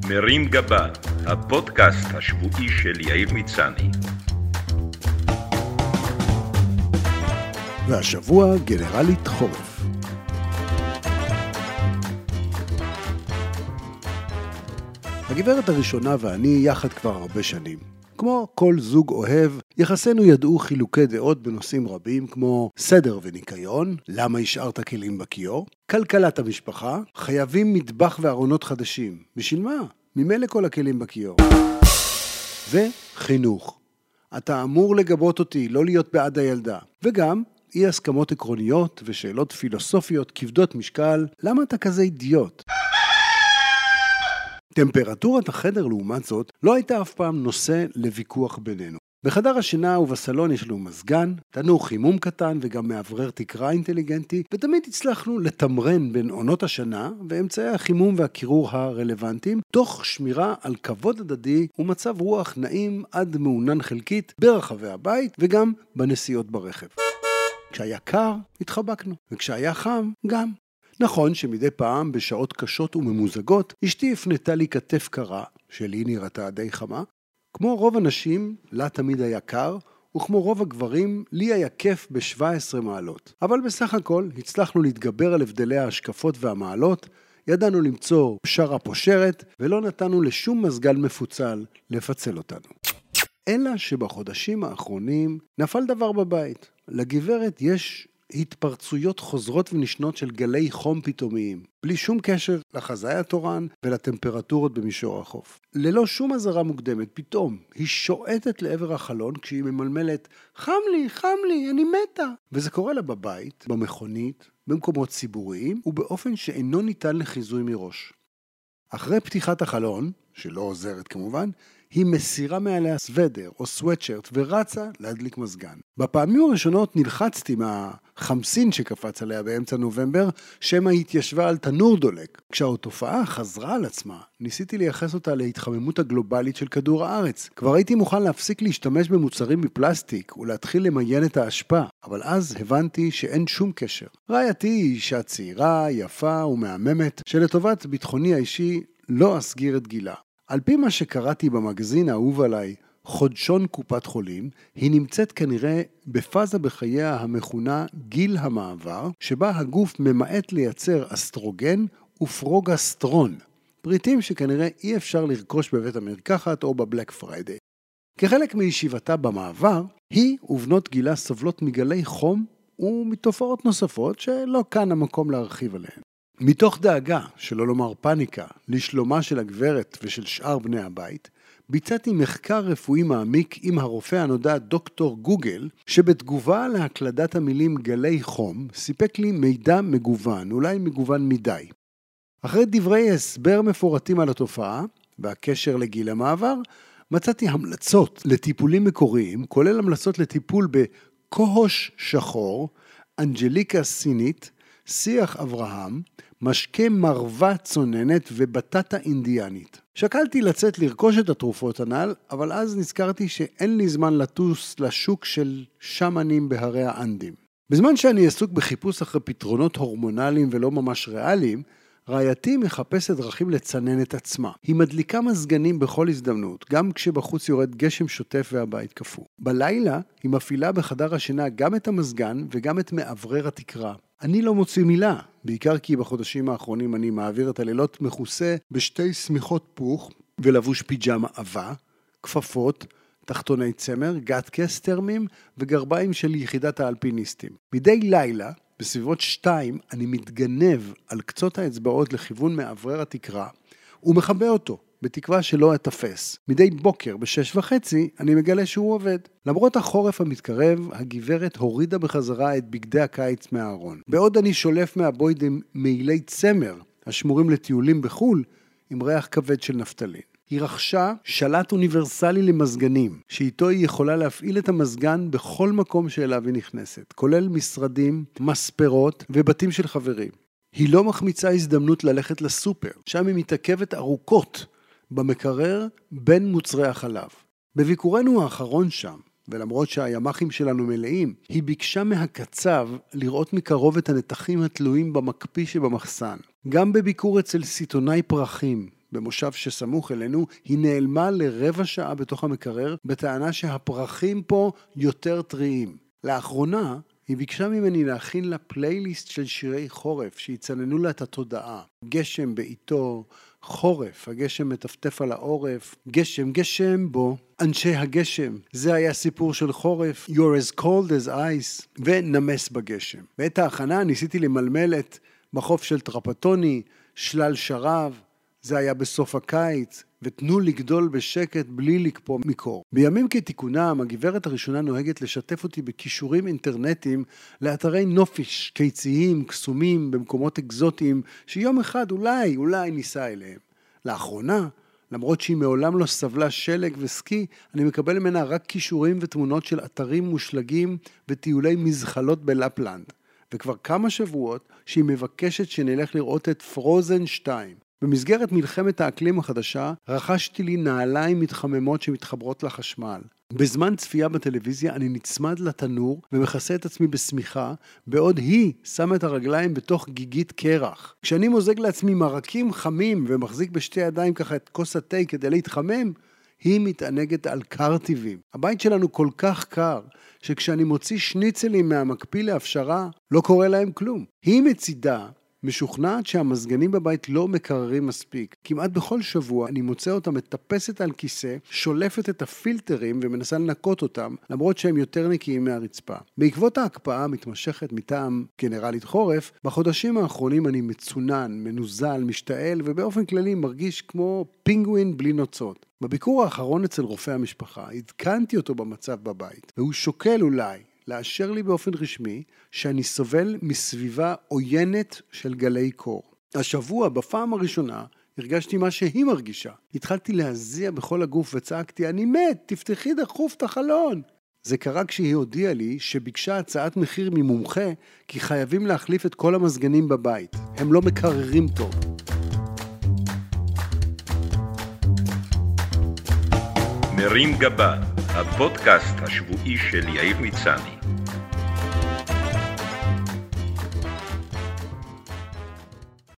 מרים גבה, הפודקאסט השבועי של יאיר מצני. והשבוע גנרלית חורף. הגברת הראשונה ואני יחד כבר הרבה שנים. כמו כל זוג אוהב, יחסינו ידעו חילוקי דעות בנושאים רבים כמו סדר וניקיון, למה השארת כלים בכיור, כלכלת המשפחה, חייבים מטבח וארונות חדשים. בשביל מה? ממילא כל הכלים בכיור. וחינוך. אתה אמור לגבות אותי, לא להיות בעד הילדה. וגם אי הסכמות עקרוניות ושאלות פילוסופיות כבדות משקל, למה אתה כזה אידיוט? טמפרטורת החדר לעומת זאת לא הייתה אף פעם נושא לוויכוח בינינו. בחדר השינה ובסלון יש לנו מזגן, תנור חימום קטן וגם מאוורר תקרה אינטליגנטי, ותמיד הצלחנו לתמרן בין עונות השנה ואמצעי החימום והקירור הרלוונטיים, תוך שמירה על כבוד הדדי ומצב רוח נעים עד מעונן חלקית ברחבי הבית וגם בנסיעות ברכב. כשהיה קר, התחבקנו, וכשהיה חם, גם. נכון שמדי פעם, בשעות קשות וממוזגות, אשתי הפנתה לי כתף קרה, שלי נראתה די חמה. כמו רוב הנשים, לה תמיד היה קר, וכמו רוב הגברים, לי היה כיף ב-17 מעלות. אבל בסך הכל, הצלחנו להתגבר על הבדלי ההשקפות והמעלות, ידענו למצוא פשרה פושרת, ולא נתנו לשום מזגן מפוצל לפצל אותנו. אלא שבחודשים האחרונים נפל דבר בבית. לגברת יש התפרצויות חוזרות ונשנות של גלי חום פתאומיים, בלי שום קשר לחזאי התורן ולטמפרטורות במישור החוף. ללא שום הזרה מוקדמת, פתאום היא שועטת לעבר החלון כשהיא ממלמלת, חם לי, אני מתה. וזה קורה לה בבית, במכונית, במקומות ציבוריים, ובאופן שאינו ניתן לחיזוי מראש. אחרי פתיחת החלון, שלא עוזרת כמובן, היא מסירה מעליה סוודר או סוואטשרט ורצה להדליק מזגן. בפעמים הראשונות נלחצתי מהחמסין שקפץ עליה באמצע נובמבר, שמה התיישבה על תנור דולק. כשהתופעה חזרה על עצמה, ניסיתי לייחס אותה להתחממות הגלובלית של כדור הארץ. כבר הייתי מוכן להפסיק להשתמש במוצרים מפלסטיק ולהתחיל למיין את ההשפעה, אבל אז הבנתי שאין שום קשר. רעייתי היא אישה צעירה, יפה ומהממת, שלטובת ביטחוני האישי לא אסגיר את גילה. על פי מה שקראתי במגזין האהוב עליי, חודשון קופת חולים, היא נמצאת כנראה בפאזה בחייה המכונה גיל המעבר, שבה הגוף ממעט לייצר אסטרוגן ופרוגסטרון, פריטים שכנראה אי אפשר לרכוש בבית המרקחת או בבלק פריידי. כחלק מישיבתה במעבר, היא ובנות גילה סובלות מגלי חום ומתופעות נוספות שלא כאן המקום להרחיב עליהן. מתוך דאגה, שלא לומר פאניקה, לשלומה של הגברת ושל שאר בני הבית, ביצעתי מחקר רפואי מעמיק עם הרופא הנודע דוקטור גוגל, שבתגובה להקלדת המילים גלי חום, סיפק לי מידע מגוון, אולי מגוון מדי. אחרי דברי הסבר מפורטים על התופעה, והקשר לגיל המעבר, מצאתי המלצות לטיפולים מקוריים, כולל המלצות לטיפול בקוהוש שחור, אנג'ליקה סינית, שיח אברהם, משקה מרווה צוננת ובטטה אינדיאנית. שקלתי לצאת לרכוש את התרופות הנ"ל, אבל אז נזכרתי שאין לי זמן לטוס לשוק של שמנים בהרי האנדים. בזמן שאני עסוק בחיפוש אחרי פתרונות הורמונליים ולא ממש ריאליים, רעייתי מחפשת דרכים לצנן את עצמה. היא מדליקה מזגנים בכל הזדמנות, גם כשבחוץ יורד גשם שוטף והבית קפוא. בלילה היא מפעילה בחדר השינה גם את המזגן וגם את מאוורר התקרה. אני לא מוציא מילה, בעיקר כי בחודשים האחרונים אני מעביר את הלילות מכוסה בשתי סמיכות פוך ולבוש פיג'מה עבה, כפפות, תחתוני צמר, גטקס טרמים וגרביים של יחידת האלפיניסטים. מדי לילה, בסביבות 2, אני מתגנב על קצות האצבעות לכיוון מאוורר התקרה ומחבא אותו, בתקווה שלא אתפס. מדי בוקר ב6:30 אני מגלה שהוא עובד. למרות החורף המתקרב, הגברת הורידה בחזרה את בגדי הקיץ מהארון. בעוד אני שולף מהבויד עם מעילי צמר, השמורים לטיולים בחול, עם ריח כבד של נפטלין. היא רכשה שלט אוניברסלי למזגנים, שאיתו היא יכולה להפעיל את המזגן בכל מקום שאליו היא נכנסת, כולל משרדים, מספרות ובתים של חברים. היא לא מחמיצה הזדמנות ללכת לסופר, שם היא מתעכבת ארוכות במקרר בין מוצרי החלב. בביקורנו האחרון שם, ולמרות שהימחים שלנו מלאים, היא ביקשה מהקצב לראות מקרוב את הנתחים התלויים במקפיא שבמחסן. גם בביקור אצל סיטונאי פרחים, במושב שסמוך אלינו, היא נעלמה לרבע שעה בתוך המקרר, בטענה שהפרחים פה יותר טריים. לאחרונה, היא ביקשה ממני להכין לה פלייליסט של שירי חורף, שיצננו לה את התודעה. גשם בעיתו, חורף, הגשם מטפטף על העורף, גשם, גשם בו, אנשי הגשם. זה היה סיפור של חורף, You're as cold as ice, ונמס בגשם. בעת ההכנה ניסיתי למלמל את בחוף של טרפטוני, שלל שרב, זה היה בסוף הקיץ, ותנו לגדול בשקט בלי לקפוא מקור. בימים כתיקונם, הגברת הראשונה נוהגת לשתף אותי בכישורים אינטרנטיים לאתרי נופש, קיציים, קסומים, במקומות אקזוטיים, שיום אחד אולי ניסה אליהם. לאחרונה, למרות שהיא מעולם לא סבלה שלג וסקי, אני מקבל ממנה רק כישורים ותמונות של אתרים מושלגים וטיולי מזחלות בלפלנד. וכבר כמה שבועות שהיא מבקשת שנלך לראות את פרוזן 2. במסגרת מלחמת האקלים החדשה, רכשתי לי נעליים מתחממות שמתחברות לחשמל. בזמן צפייה בטלוויזיה אני נצמד לתנור ומכסה את עצמי בשמיכה, בעוד היא שמה את הרגליים בתוך גיגית קרח. כשאני מוזג לעצמי מרקים חמים ומחזיק בשתי ידיים ככה את כוס התה כדי להתחמם, היא מתענגת על קר טבעי. הבית שלנו כל כך קר, שכשאני מוציא שניצלים מהמקפיא להפשרה, לא קורה להם כלום. היא מצידה משוכנעת שהמזגנים בבית לא מקררים מספיק. כמעט בכל שבוע אני מוצא אותה מטפסת על כיסא, שולפת את הפילטרים ומנסה לנקות אותם, למרות שהם יותר נקיים מהרצפה. בעקבות ההקפאה המתמשכת מטעם גנרלית חורף, בחודשים האחרונים אני מצונן, מנוזל, משתעל, ובאופן כללי מרגיש כמו פינגווין בלי נוצות. בביקור האחרון אצל רופא המשפחה, עדכנתי אותו במצב בבית, והוא שוקל אולי לאשר לי באופן רשמי שאני סובל מסביבה עוינת של גלי קור. השבוע, בפעם הראשונה, הרגשתי מה שהיא מרגישה. התחלתי להזיע בכל הגוף וצעקתי, אני מת, תפתחי דחוף את החלון. זה קרה כשהיא הודיעה לי שביקשה הצעת מחיר ממומחה, כי חייבים להחליף את כל המזגנים בבית. הם לא מקררים טוב. מרים גבה, הפודקאסט השבועי של יאיר מצני.